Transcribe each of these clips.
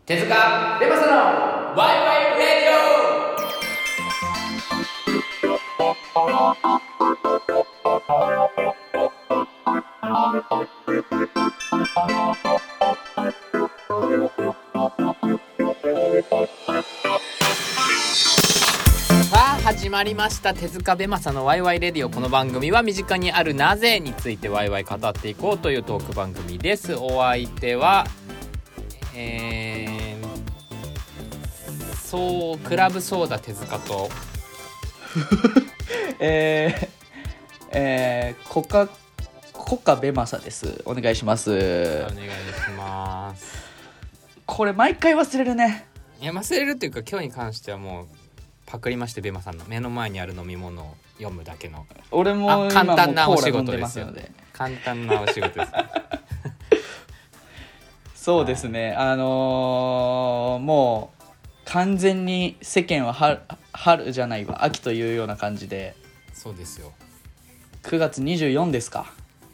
手塚レマサのワイワイレディ始まりました。手塚ベマサのワイワイレディオ。この番組は身近にあるなぜについてワイワイ語っていこうというトーク番組です。お相手はクラブソーダ手塚とコカベマサです。お願いします。 お願いします。 これ毎回忘れるね。 いや忘れるっていうか、今日に関してはもうパクりまして、ベマさんの目の前にある飲み物を読むだけの俺も簡単なお仕事でですよ。 ので簡単なお仕事です、ね、 そうですね。もう完全に世間は春じゃないわ、秋というような感じで。 そうですよ。 9月24ですか。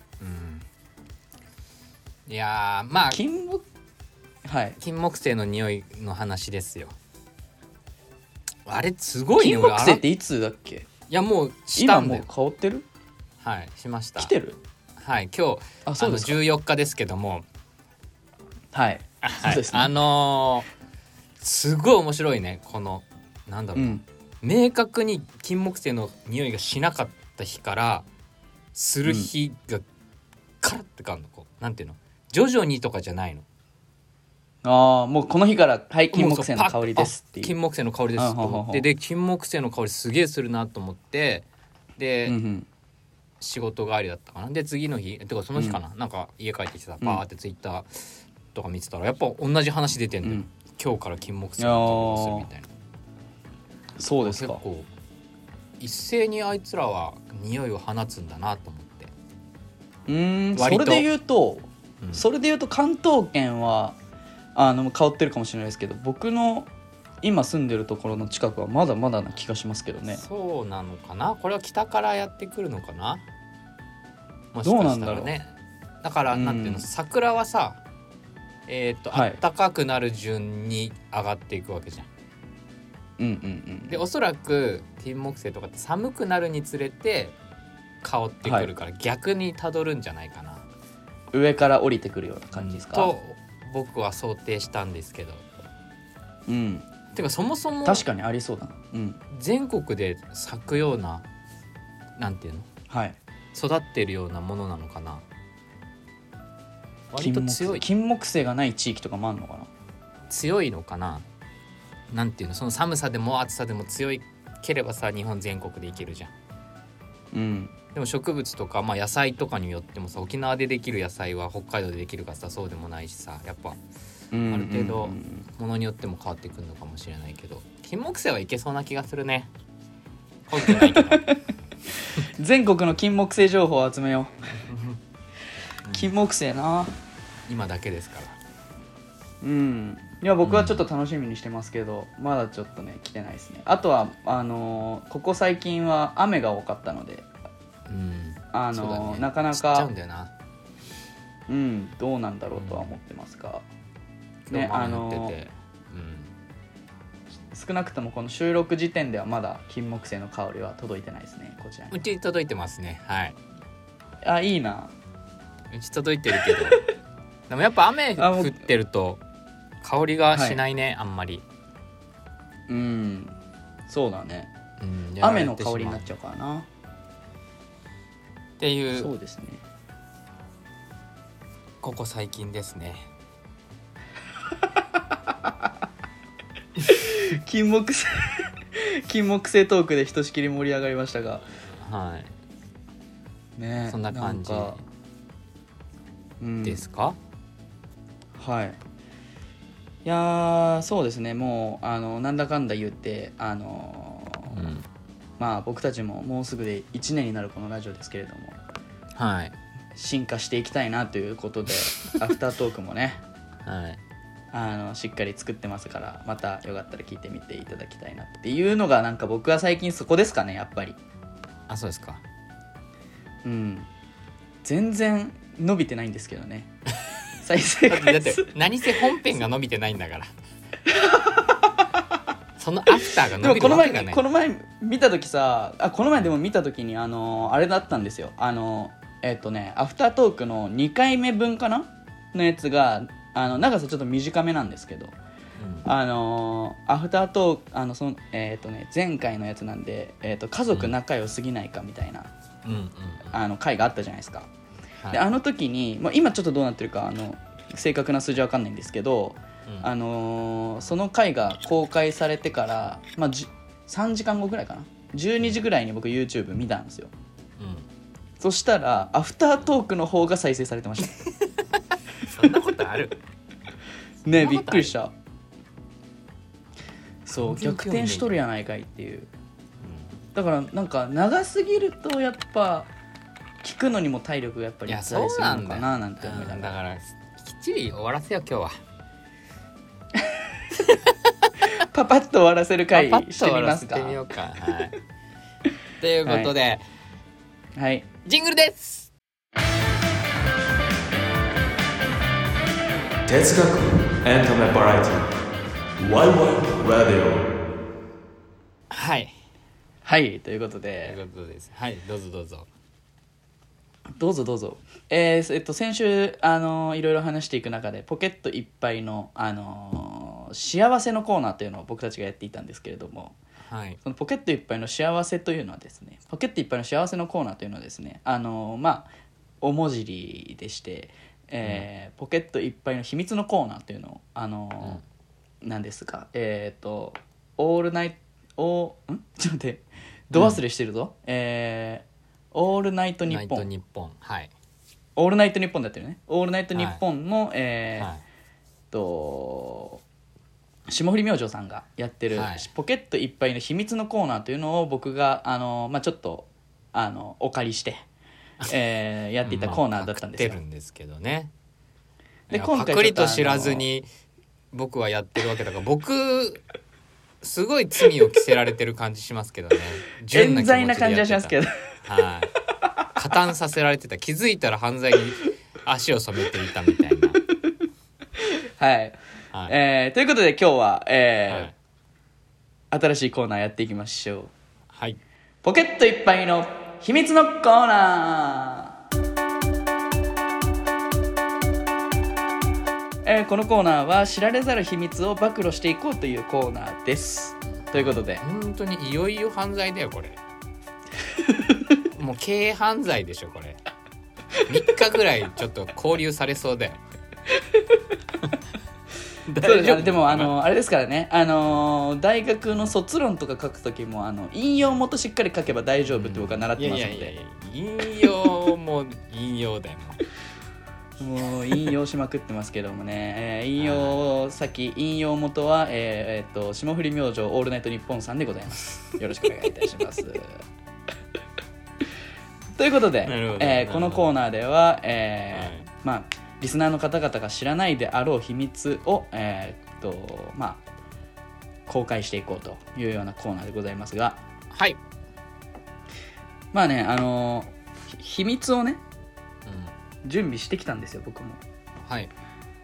いやまあ金木犀の匂いの話ですよ。あれすごいね。 金木犀っていつだっけ？ いやもうしたんだよ。 今もう香ってる？ はいしました。 来てる？ はい今日そうですか。 14日ですけども、 はい、そうですね。 すごい面白いね。このなんだろう、明確に金木犀の匂いがしなかった日からする日がカラッてかんの、こうなんていうの、徐々にとかじゃないの。 もうこの日から金木犀の香りですっていう。 金木犀の香りですと思って、で金木犀の香りすげえするなと思って、で、仕事帰りだったかな。で次の日てかその日かな、なんか家帰ってきてさ、バーってツイッターとか見てたらやっぱ同じ話出てんだよ、今日から金木犀の香りがするみたいな。 そうですか。 結構一斉にあいつらは匂いを放つんだなと思って。 それで言うと、関東圏は香ってるかもしれないですけど、僕の今住んでるところの近くはまだまだな気がしますけどね。 そうなのかな。これは北からやってくるのかな、もしかしたらね。 どうなんだろう。 だからなんていうの、桜はさあったかくなる順に上がっていくわけじゃん。でおそらく金木犀とかって寒くなるにつれて香ってくるから、逆にたどるんじゃないかな。 上から降りてくるような感じですか。 と僕は想定したんですけど。てかそもそも確かにありそうだな。 全国で咲くような、なんていうの、育ってるようなものなのかな。割と強い金木犀がない地域とかもあるのかな。 強いのかな。なんていうの、その寒さでも暑さでも強いければさ、日本全国でいけるじゃん。でも植物とか、野菜とかによってもさ、沖縄でできる野菜は北海道でできるかさ、そうでもないしさ、やっぱある程度ものによっても変わってくるのかもしれないけど、金木犀はいけそうな気がするね。根拠ないけど全国の金木犀情報を集めよう金木犀な、 今だけですから。 いや僕はちょっと楽しみにしてますけど、まだちょっとね来てないですね。あとはここ最近は雨が多かったので、なかなか散っちゃうんだよな。 どうなんだろうとは思ってますが、ね、少なくともこの収録時点ではまだ金木犀の香りは届いてないですね。こちらにうち届いてますね。 いいな。 うち届いてるけどでもやっぱ雨降ってると香りがしないね、あんまり。 そうだね、雨の香りになっちゃうからなっていう。 そうですね。 ここ最近ですね金木犀トークでひとしきり盛り上がりましたが、ね、 そんな感じですか。 いやそうですね。もうなんだかんだ言って僕たちももうすぐで1年になるこのラジオですけれども、進化していきたいなということでアフタートークもね、しっかり作ってますから、またよかったら聞いてみていただきたいなっていうのが、なんか僕は最近そこですかね、やっぱり。 そうですか。 全然伸びてないんですけどね再生回数だって何せ本編が伸びてないんだからそのアフターが伸びるわけがない。 この前見た時さこの前でも見た時にあれだったんですよ。アフタートークの2回目分かなのやつが長さちょっと短めなんですけど、アフタートークその前回のやつなんで、家族仲良すぎないかみたいな、回があったじゃないですか。はい、で時に、今ちょっとどうなってるか正確な数字は分かんないんですけど、その回が公開されてから、3時間後ぐらいかな、12時ぐらいに僕 YouTube 見たんですよ。そしたらアフタートークの方が再生されてましたそんなことあるね。びっくりした。そう逆転しとるやないかいっていう、だからなんか長すぎるとやっぱ聞くのにも体力がやっぱり必要するのかななんて思いながら、 だからきっちり終わらせよう今日はパパッと終わらせる回してみますか。 パパッと終わらせてみようか、はい、ということで、 はい、 ジングルです。 哲学エンタメバラエティワイワイラディオ。 はいはいということでです。はいどうぞどうぞ。先週いろいろ話していく中でポケットいっぱいの幸せのコーナーというのを僕たちがやっていたんですけれども、 はい、 そのポケットいっぱいの幸せというのはですね、ポケットいっぱいの幸せのコーナーというのはですね、おもじりでして、ポケットいっぱいの秘密のコーナーというのをなんですが、オールナイトちょっと待ってど忘れしてるぞ、オールナイトニッポン、 はい、 オールナイトニッポンだったよね。オールナイトニッポンの、霜降り明星さんがやってる、ポケットいっぱいの秘密のコーナーというのを僕がちょっとお借りして、やっていたコーナーだったんですよ。 パクってるんですけどね。 で今回パクリと知らずに僕はやってるわけだから僕すごい罪を着せられてる感じしますけどね。 冤罪な感じはしますけどはい、加担させられてた。気づいたら犯罪に足を染めていたみたいなはい、ということで今日は、新しいコーナーやっていきましょう。 はい、 ポケットいっぱいの秘密のコーナー。このコーナーは知られざる秘密を暴露していこうというコーナーです。ということで本当にいよいよ犯罪だよこれもう軽犯罪でしょこれ。3日ぐらいちょっと拘留されそうだよそうです。でもあれですからね、大学の卒論とか書くときも引用元しっかり書けば大丈夫って僕は習ってますので、 引用も引用だよもう引用しまくってますけどもね、引用元は、霜降り明星オールナイトニッポンさんでございます。よろしくお願いいたしますということで、このコーナーでは、リスナーの方々が知らないであろう秘密を、公開していこうというようなコーナーでございますが、 はい、 秘密をね、準備してきたんですよ僕も。 はい。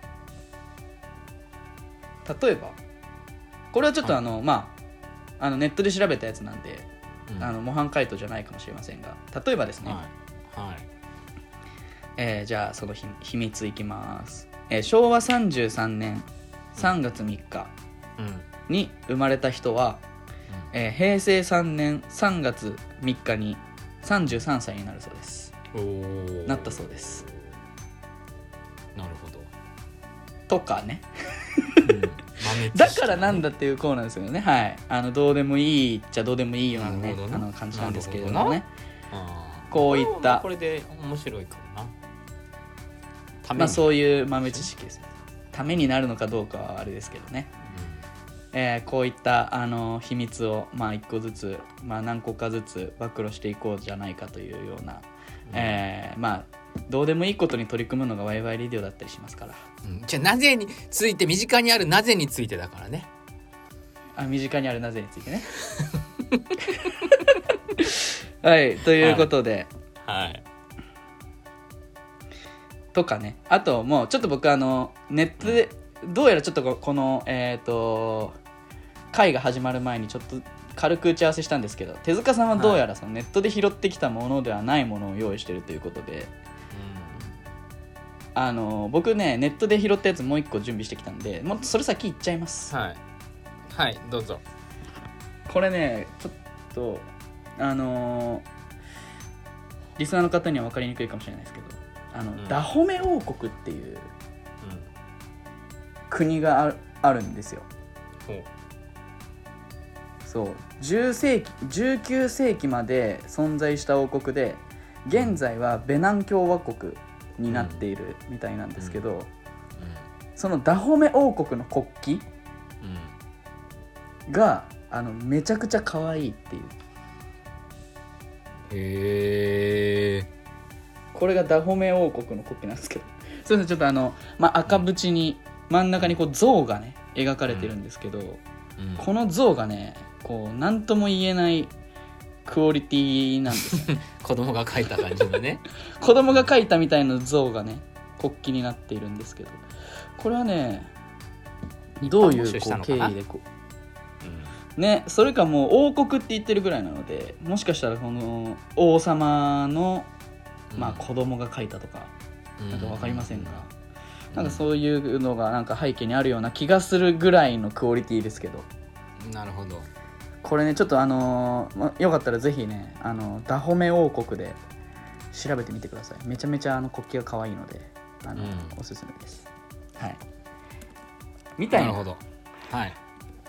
例えばこれはちょっとネットで調べたやつなんで、模範解答じゃないかもしれませんが、例えばですね、じゃあその秘密いきます。昭和33年3月3日に生まれた人は、平成3年3月3日に33歳になるそうです。なったそうです。 なるほど。 とかね、だからなんだっていうコーナーですよね。はい、どうでもいいっちゃどうでもいいようなね、感じなんですけれどもね。こういったこれで面白いかもな。そういう豆知識です。ためになるのかどうかはあれですけどね。こういった秘密を一個ずつ、何個かずつ暴露していこうじゃないかというような、どうでもいいことに取り組むのがワイワイレディオだったりしますから、 じゃあなぜについて、身近にあるなぜについてだからね。 身近にあるなぜについてねはい、ということで、 とかね、あともうちょっと僕ネットでどうやらちょっとこの会が始まる前にちょっと軽く打ち合わせしたんですけど、手塚さんはどうやらそのネットで拾ってきたものではないものを用意してるということで、僕ねネットで拾ったやつもう一個準備してきたんで、もうそれ先言っちゃいます。 はいはいどうぞ。 これねちょっとリスナーの方には分かりにくいかもしれないですけど、ダホメ王国っていう国があるんですよ。そう19世紀まで存在した王国で、現在はベナン共和国になっているみたいなんですけど、そのダホメ王国の国旗がめちゃくちゃ可愛いっていう。 へー。 これがダホメ王国の国旗なんですけど、それでちょっと赤縁に真ん中にこう像がね描かれてるんですけど、この像がねこう何とも言えないクオリティなんですよね子供が描いた感じのね子供が描いたみたいな像がね国旗になっているんですけど、これはねどういう経緯でね、それかもう王国って言ってるぐらいなので、もしかしたらこの王様の子供が描いたとかなんか分かりませんが、なんかそういうのがなんか背景にあるような気がするぐらいのクオリティですけど。 なるほど。 これねちょっとよかったらぜひねダホメ王国で調べてみてください。めちゃめちゃ国旗が可愛いのでおすすめです。はい。みたいな。 なるほど。はい。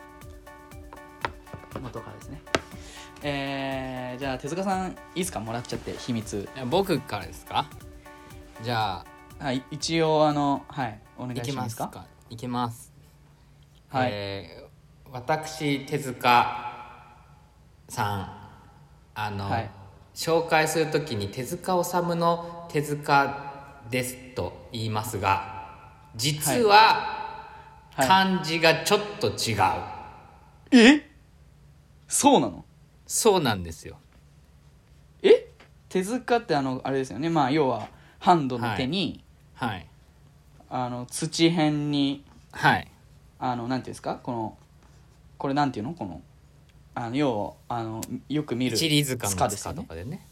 元からですね。じゃあ手塚さんいいですか、もらっちゃって秘密。 僕からですか。じゃあ、 はい、一応はいお願いしますか。 いきます。 はい。 私手塚さんはい、紹介するときに手塚治虫の手塚ですと言いますが、実は漢字がちょっと違う。 そうなの？ そうなんですよ。 手塚ってあれですよね。要はハンドの手に、 はいはい、 土辺に、 はい、 なんていうんですか、これなんていうの、この要はよく見る一里塚の塚とかでね、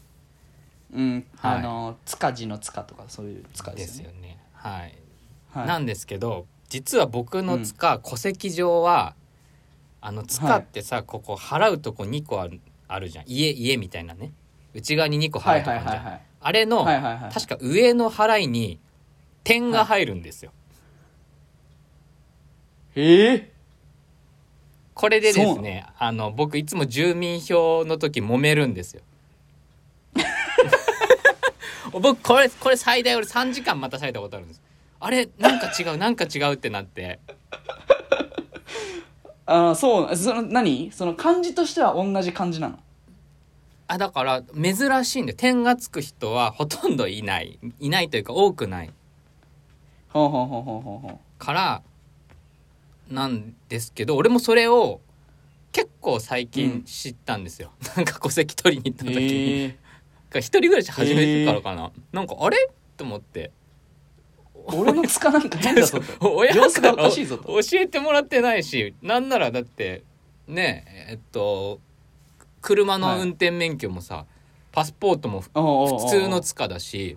塚地の塚とかそういう塚ですよね。 ですよね。はい、はい、なんですけど実は僕の塚、戸籍上は塚ってさ、ここ払うとこ2個あるじゃん。家みたいなね、内側に2個払うとこあるじゃん。あれの、確か上の払いに点が入るんですよ。これでですね、僕いつも住民票の時揉めるんですよ僕これ最大俺3時間待たされたことあるんです。あれなんか違うってなってその漢字としては同じ漢字なの？ だから珍しいんで、点がつく人はほとんどいないというか多くないからなんですけど、俺もそれを結構最近知ったんですよ、なんか戸籍取りに行った時に、一人暮らし始めてからかな、なんかあれと思って、 俺の塚なんか変だぞと親から教えてもらってないし、なんならだってね車の運転免許もさ、パスポートも普通の塚だし、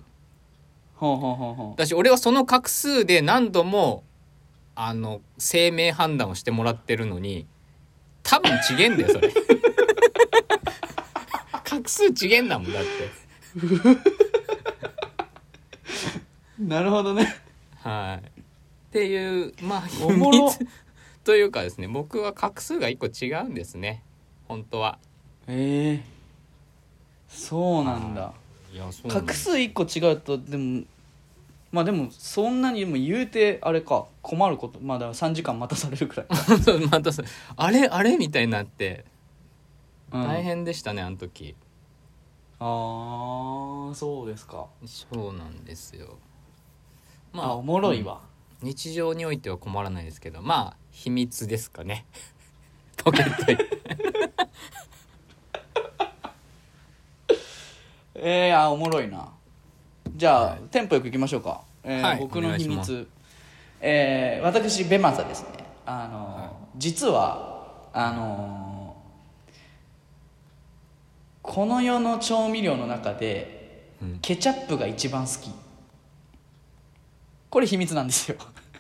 俺はその画数で何度も姓名判断をしてもらってるのに、多分ちげんだよそれ画数ちげんだもんだってなるほどね。 はい。っていう秘密というかですね、僕は画数が1個違うんですね本当は。 そうなんだ。 いやそうなんだ。 画数1個違うとでもそんなにも言うてあれか、困ることだから3時間待たされるくらいあれみたいになって大変でしたね、あの時。 そうですか。 そうなんですよ。 おもろいわ、 日常においては困らないですけど、秘密ですかねポケットにおもろいな。じゃあ、テンポよくいきましょうか。 僕の秘密、私ベマザですね。実はこの世の調味料の中で、ケチャップが一番好き。これ秘密なんですよ。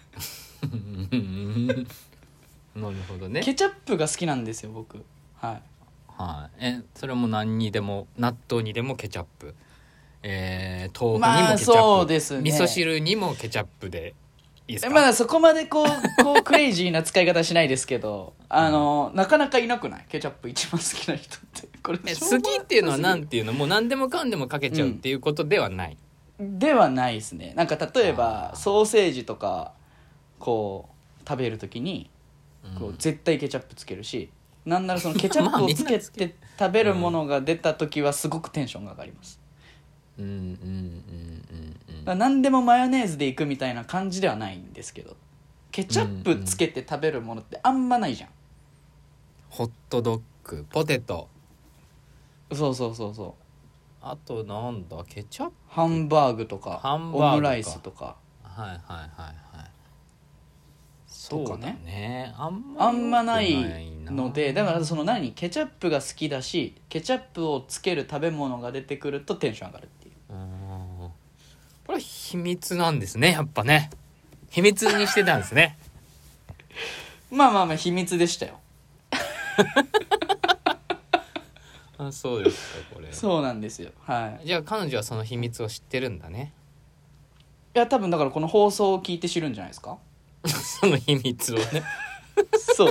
なるほどね。 ケチャップが好きなんですよ僕。はいはい。それも何にでも、納豆にでもケチャップ、豆腐にもケチャップ、 まあそうですね、 味噌汁にもケチャップでいいですか？ まだそこまでこうクレイジーな使い方しないですけど、なかなかいなくない？ケチャップ一番好きな人って。これ好きっていうのはなんていうの？もう何でもかんでもかけちゃうっていうことではない、 ではないですね。なんか例えばソーセージとかこう食べるときにこう絶対ケチャップつけるし、なんならそのケチャップをつけて食べるものが出たときはすごくテンションが上がります。何でもマヨネーズでいくみたいな感じではないんですけど、ケチャップつけて食べるものってあんまないじゃん。 ホットドッグ、ポテト、 そうあとなんだ、ケチャップ、 ハンバーグとかオムライスとか、 はいとかね、 あんまないので、だからそのケチャップが好きだし、ケチャップをつける食べ物が出てくるとテンション上がるっていう。 これは秘密なんですね、やっぱね。秘密にしてたんですね。 まあ秘密でしたよ。 あ、そうですか。これそうなんですよ。はい。 じゃあ彼女はその秘密を知ってるんだね。 いや多分だからこの放送を聞いて知るんじゃないですか。 その秘密をね。 そう、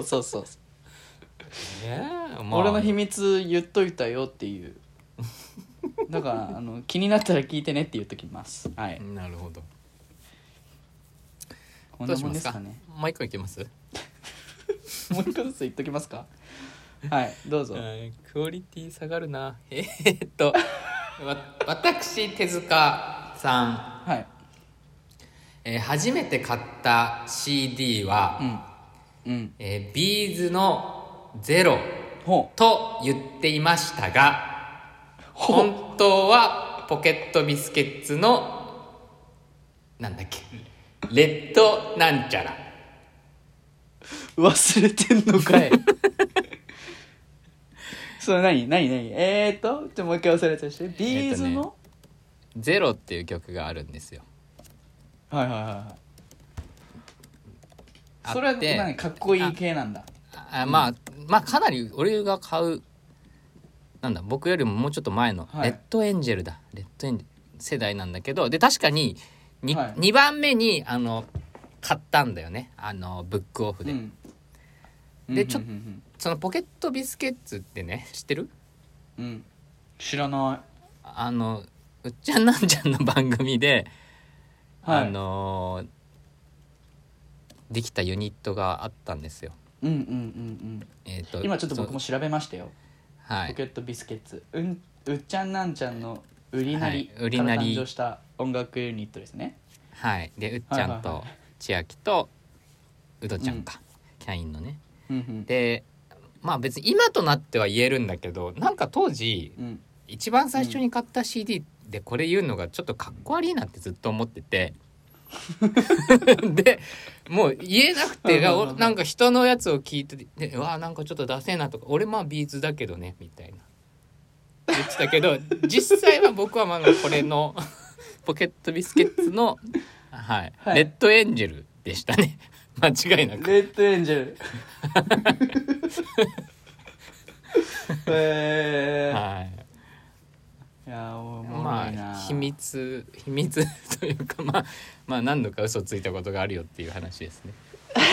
まあ、 俺の秘密言っといたよっていう。だから気になったら聞いてねって言っときます。はい。 なるほど。 こんなもんですかね。 もう一個いけます？ もう一個ずつ言っときますか。はいどうぞ。 クオリティ下がるな。私手塚さん、 はい、 初めて買った CD は、ビーズのゼロと言っていましたが、本当はポケットビスケッツのなんだっけ、レッドなんちゃら。 忘れてんのかい。それ何ちょっともう一回忘れてして。ビーズの、 ゼロっていう曲があるんですよ。 はい。それは何、かっこいい系なんだ。 まあかなり俺が買う、なんだ、僕よりももうちょっと前のレッドエンジェルだ、レッドエンジェル世代なんだけど、で確かに 2番目に買ったんだよね、ブックオフで、でちょっとそのポケットビスケッツってね、知ってる？ 知らない。 うっちゃんなんちゃんの番組で、できたユニットがあったんですよ。 今ちょっと僕も調べましたよ。ポケットビスケッツ、うっちゃんなんちゃんの売りなりから誕生した音楽ユニットですね。 はい。でうっちゃんと千秋とうどちゃんか、キャインのね。でまあ別に今となっては言えるんだけど、なんか当時、一番最初に買った CD でこれ言うのがちょっとかっこ悪いなってずっと思っててでもう言えなくてなんか人のやつを聞いてて、うわなんかちょっとダセえなとか、俺まあビーズだけどねみたいな言ってたけど、実際は僕はまあこれのポケットビスケッツの、レッドエンジェルでしたね。間違いなくレッドエンジェル。いやおもろいな。 秘密というか、まあ何度か嘘ついたことがあるよっていう話ですね。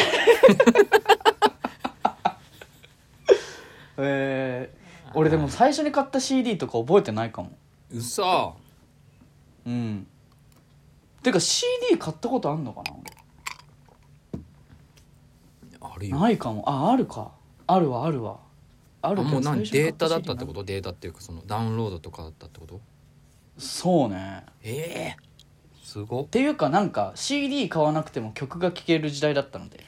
俺でも最初に買った CD とか覚えてないかも。 嘘。 てか CD 買ったことあんのかな。 あるよ。 ないかも。あるか。あるわ。 もう何データだったってこと？データっていうかそのダウンロードとかだったってこと？ そうね。 すごっ。 っていうかなんか CD 買わなくても曲が聴ける時代だったので。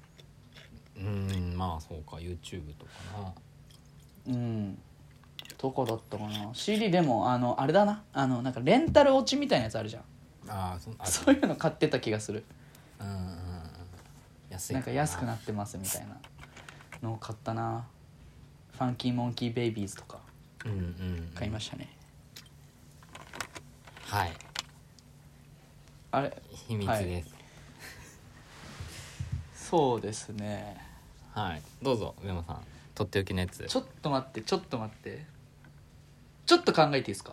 まあそうか、 YouTube とかな。 どこだったかな。 CD でもあれだな、なんかレンタル落ちみたいなやつあるじゃん。 そういうの買ってた気がする。 安いなんか安くなってますみたいなのを買ったな。ファンキーモンキーベイビーズとか買いましたね。 はい、 あれ秘密です、はい、 そうですね。 はい、どうぞ上間さん、とっておきのやつ。 ちょっと待ってちょっと考えていいですか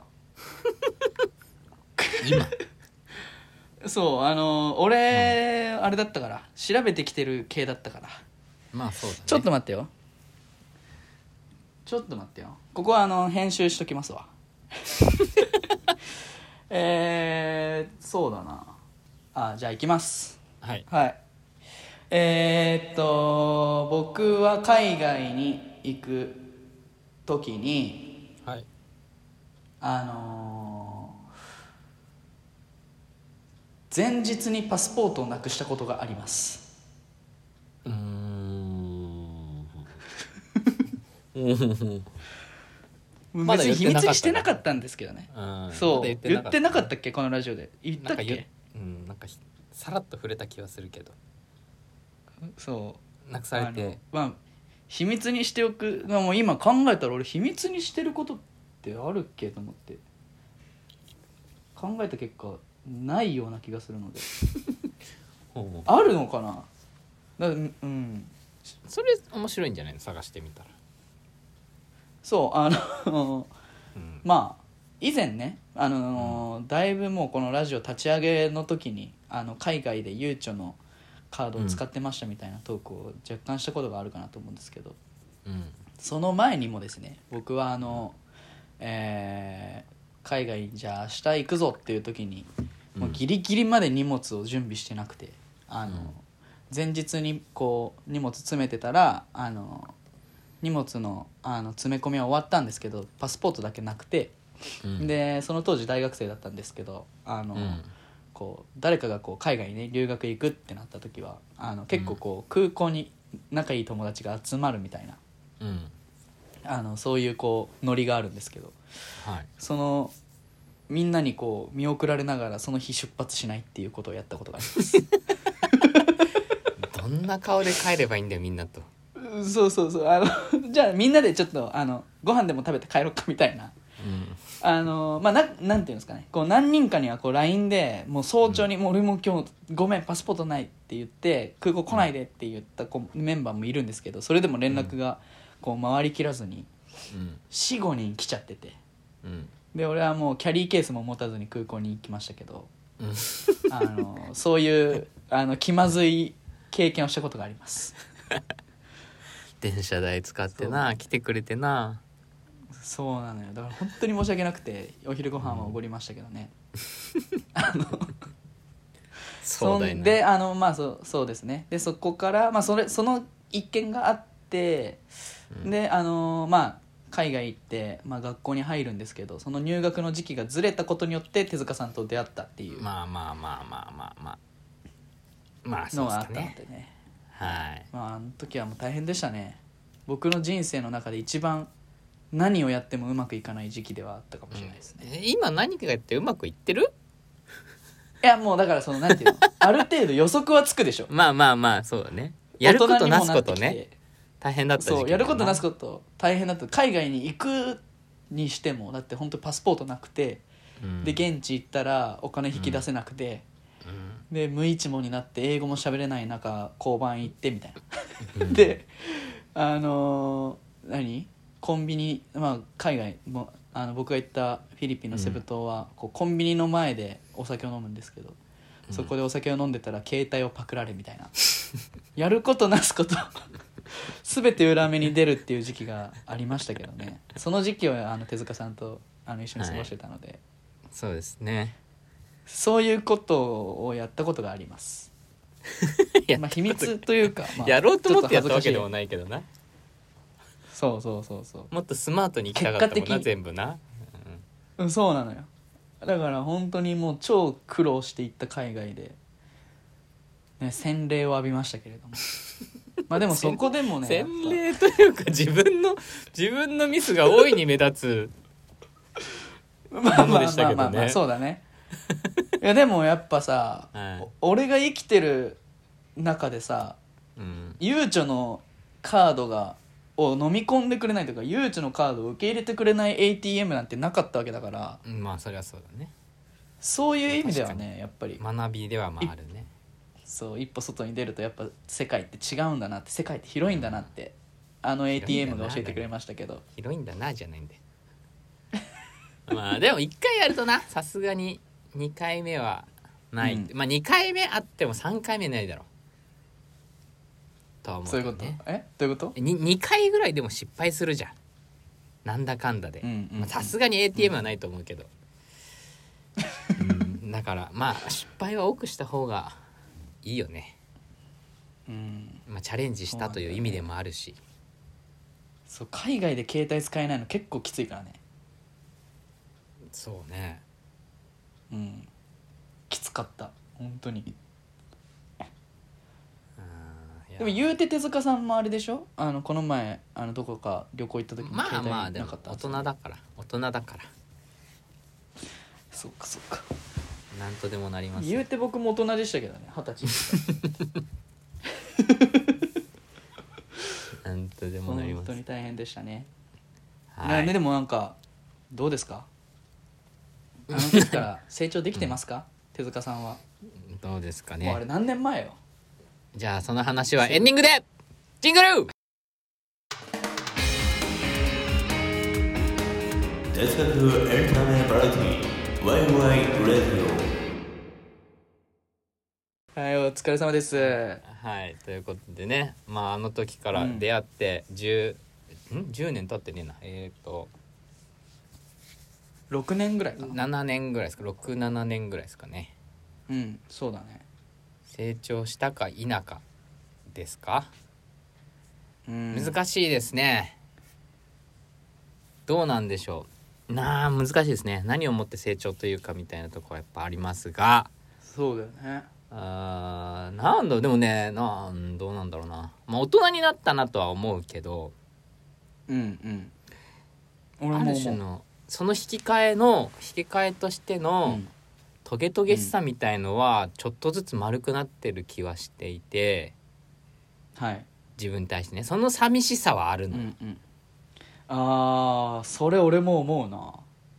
今そう俺、あれだったから調べてきてる系だったから。 まあそうだね。 ちょっと待ってよここは編集しときますわそうだな。じゃあ行きます。 はい、 はい。僕は海外に行く時に、 はい、 前日にパスポートをなくしたことがあります。別に秘密にしてなかったんですけどね。そう、言ってなかったっけこのラジオで。言ったっけ。 なんかさらっと触れた気はするけど。 そうなくされて、 秘密にしておく。もう今考えたら俺秘密にしてることってあるっけと思って考えた結果ないような気がするのであるのかな。 それ面白いんじゃないの、探してみたら。 そうまあ以前ねだいぶもうこのラジオ立ち上げの時に海外でゆうちょのカードを使ってましたみたいなトークを若干したことがあるかなと思うんですけど、その前にもですね、僕は海外にじゃあ明日行くぞっていう時に、もうギリギリまで荷物を準備してなくて前日にこう荷物詰めてたら荷物の詰め込みは終わったんですけどパスポートだけなくて、でその当時大学生だったんですけどこう誰かがこう海外にね留学行くってなった時は結構こう空港に仲いい友達が集まるみたいな、そういうこうノリがあるんですけど、そのみんなにこう見送られながらその日出発しないっていうことをやったことがありますどんな顔で帰ればいいんだよみんなと。 そうじゃあみんなでちょっとご飯でも食べて帰ろうかみたいな、なんていうんですかね、こう何人かにはこう LINE でもう早朝に、もう俺も今日ごめんパスポートないって言って空港来ないでって言ったメンバーもいるんですけど、それでも連絡がこう回りきらずに 4,5 人来ちゃってて、で俺はもうキャリーケースも持たずに空港に行きましたけど、そういう気まずい経験をしたことがあります電車代使ってな来てくれてな。 そうなのよ。だから本当に申し訳なくてお昼ご飯はおごりましたけどね、 そうだよね。 でそうですね。でそこから、その一件があって、で海外行って、学校に入るんですけど、その入学の時期がずれたことによって手塚さんと出会ったっていうのがあったんでね。 はい。 あの時はもう大変でしたね。僕の人生の中で一番何をやってもうまくいかない時期ではあったかもしれないですね。 今何かやってうまくいってる？ いやもうだからそのなんていうのある程度予測はつくでしょ。 まあそうだね。やることなすことね。大変だった時期だな。 そうやることなすこと大変だった。海外に行くにしてもだって本当パスポートなくて、で現地行ったらお金引き出せなくて、で無一文になって英語も喋れない中交番行ってみたいなでコンビニ、海外も僕が行ったフィリピンのセブ島は、こうコンビニの前でお酒を飲むんですけど、そこでお酒を飲んでたら携帯をパクられみたいなやることなすこと全て裏目に出るっていう時期がありましたけどね。その時期を手塚さんと一緒に過ごしてたので、 そうですね。 そういうことをやったことがあります秘密というか、 やろうと思ってやったわけでもないけどな。 そうもっとスマートに行きたかったもんな全部な、 そうなのよ。だから本当にもう超苦労していった海外で、洗礼を浴びましたけれどもでもそこでもね洗礼というか自分のミスが大いに目立つものでしたけどね。 そうだねいやでもやっぱさ、 はい、 俺が生きてる中でさ、ゆうちょのカードを飲み込んでくれないとか、ゆうちょのカードを受け入れてくれない ATM なんてなかったわけだから、 まあそりゃそうだね。 そういう意味ではね、やっぱり学びではまああるね。 そう一歩外に出るとやっぱ世界って違うんだなって、世界って広いんだなって、ATM が教えてくれましたけど。 広いんだなじゃないんでまあでも1回やるとな、さすがに2回目はない、まあ2回目あっても3回目ないだろうとは思うけど、ね、 そういうこと？どういうこと？ 2回ぐらいでも失敗するじゃん、なんだかんだで。さすがに ATM はないと思うけど、だからまあ失敗は多くした方がいいよね。まあ、チャレンジしたという意味でもあるし、 そう海外で携帯使えないの結構きついからね。 そうね、 きつかった本当に。でも言うて手塚さんもあれでしょ、この前どこか旅行行った時に携帯なかったんですよ。 まあまあでも大人だからそっかそっか、 なんとでもなります。 言うて僕も大人でしたけどね、20歳なんとでもなります。 本当に大変でしたね。 はい。 でもなんかどうですか、あの時から成長できてますか、手塚さんは。 どうですかもうあれね。 何年前よ。 じゃあその話はエンディングで。ジングル。 哲学エンタメバラエティワイワイラジはい、お疲れ様です。 はい、ということでね、まああの時から出会って10年経ってねえな、 6年ぐらいかな。 7年ぐらいですか、6、7年ぐらいですかね。 そうだね。 成長したか否かですか。難しいですね。どうなんでしょう。難しいですね。何をもって成長というかみたいなところはやっぱありますが。 そうだよね。 でもね、どうなんだろうな。まあ大人になったなとは思うけど、 俺もある種のその引き換えとしてのトゲトゲしさみたいのはちょっとずつ丸くなってる気はしていて、自分に対してね、その寂しさはあるの。 それ俺も思うな。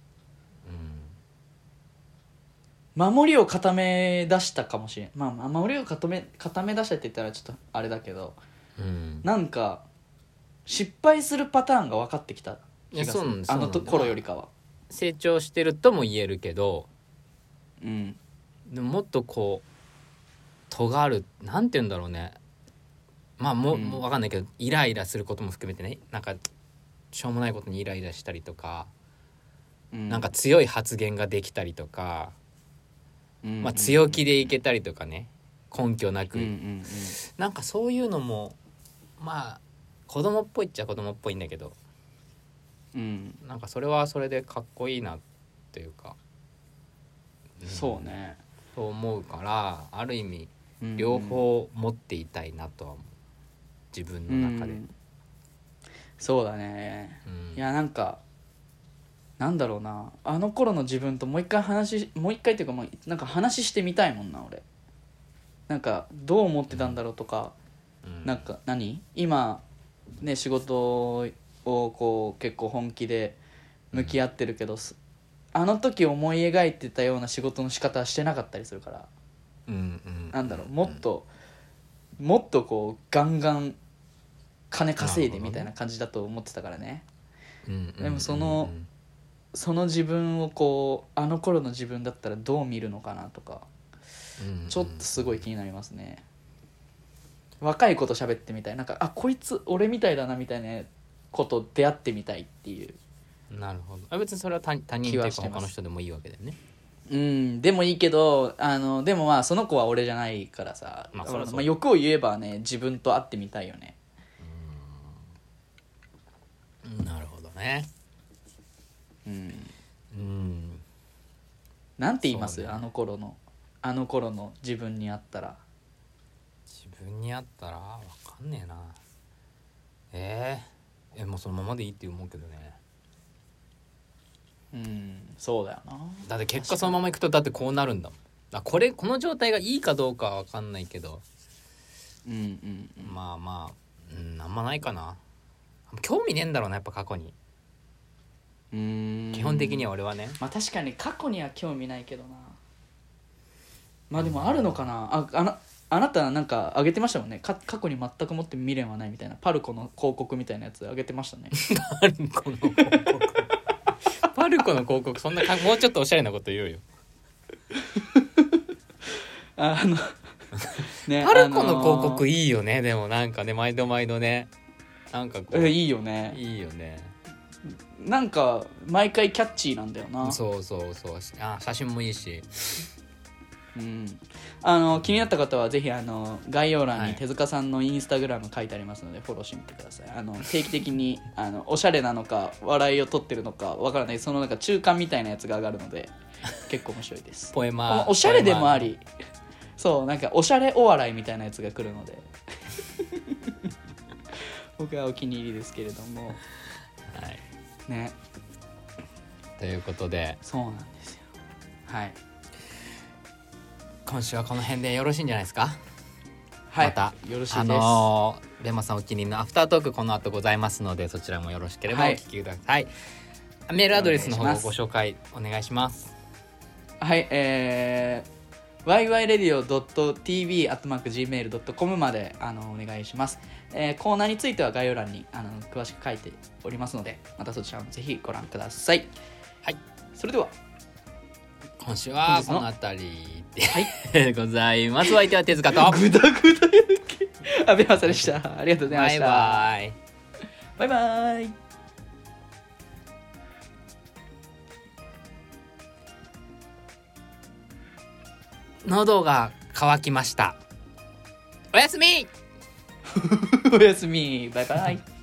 守りを固め出したかもしれん。まあ守りを固め出したって言ったらちょっとあれだけど、なんか失敗するパターンが分かってきた気がする。あの頃よりかは成長してるとも言えるけど、でももっとこう尖る、なんて言うんだろうね。まあもう分かんないけど、イライラすることも含めてね、なんかしょうもないことにイライラしたりとか、なんか強い発言ができたりとか、まあ強気でいけたりとかね、根拠なく、なんかそういうのもまあ子供っぽいっちゃ子供っぽいんだけど、なんかそれはそれでかっこいいなっていうか、 そうね、 そう思うから、ある意味両方持っていたいなとは思う、自分の中で。 そうだね、いやなんかなんだろうな、あの頃の自分ともう一回っていうか、なんか話してみたいもんな俺。なんかどう思ってたんだろうとか、なんか今ね仕事をこう結構本気で向き合ってるけど、あの時思い描いてたような仕事の仕方はしてなかったりするから、なんだろう、もっとこうガンガン金稼いでみたいな感じだと思ってたからね。でもその自分をこうあの頃の自分だったらどう見るのかなとか、ちょっとすごい気になりますね。若い子と喋ってみたい、なんかこいつ俺みたいだなみたいなこと出会ってみたいっていう。 なるほど。別にそれは他人っていうか他の人でもいいわけだよね。 でもいいけど、でもまあその子は俺じゃないからさ、欲を言えばね、自分と会ってみたいよね。 なるほどね。 なんて言います、あの頃の自分に会ったら。 自分に会ったらわかんねえな。もうそのままでいいって思うけどね。 そうだよな。 だって結果そのままいくとだってこうなるんだもん。 この状態がいいかどうかは分かんないけど、まあまあ、あんまないかな。興味ねえんだろうなやっぱ過去に。基本的には俺はね。 まあ確かに過去には興味ないけどな。まあでもあるのかな。あなたなんか上げてましたもんね。過去に全くもって未練はないみたいなパルコの広告みたいなやつ上げてましたね。 パルコの広告パルコの広告そんなもうちょっとおしゃれなこと言うよね、パルコの広告いいよね。でもなんかね毎度ねなんかこういいよね。 いいよね。 なんか毎回キャッチーなんだよな。 そう写真もいいし、 気になった方はぜひ概要欄に手塚さんのインスタグラム書いてありますのでフォローしてみてください。定期的におしゃれなのか笑いを取ってるのかわからないそのなんか中間みたいなやつが上がるので結構面白いですポエマーおしゃれでもありそうなんかおしゃれお笑いみたいなやつが来るので僕はお気に入りですけれども、はいね、 ということでそうなんですよ。はい今週はこの辺でよろしいんじゃないですか。 はい、 またよろしいです。 レマさんお気に入りのアフタートークこの後ございますのでそちらもよろしければお聞きください、メールアドレスの方をご紹介お願いします。 はい、yyradio.tv@gmail.com までお願いします。コーナーについては概要欄に詳しく書いておりますのでまたそちらもぜひご覧ください。 はい、 それでは今週はこのあたりでございます。お相手は手塚とグダグダやるけ阿部正でした。ありがとうございました。 バイバイバイ。 喉が渇きました。おやすみおやすみ。バイバイ。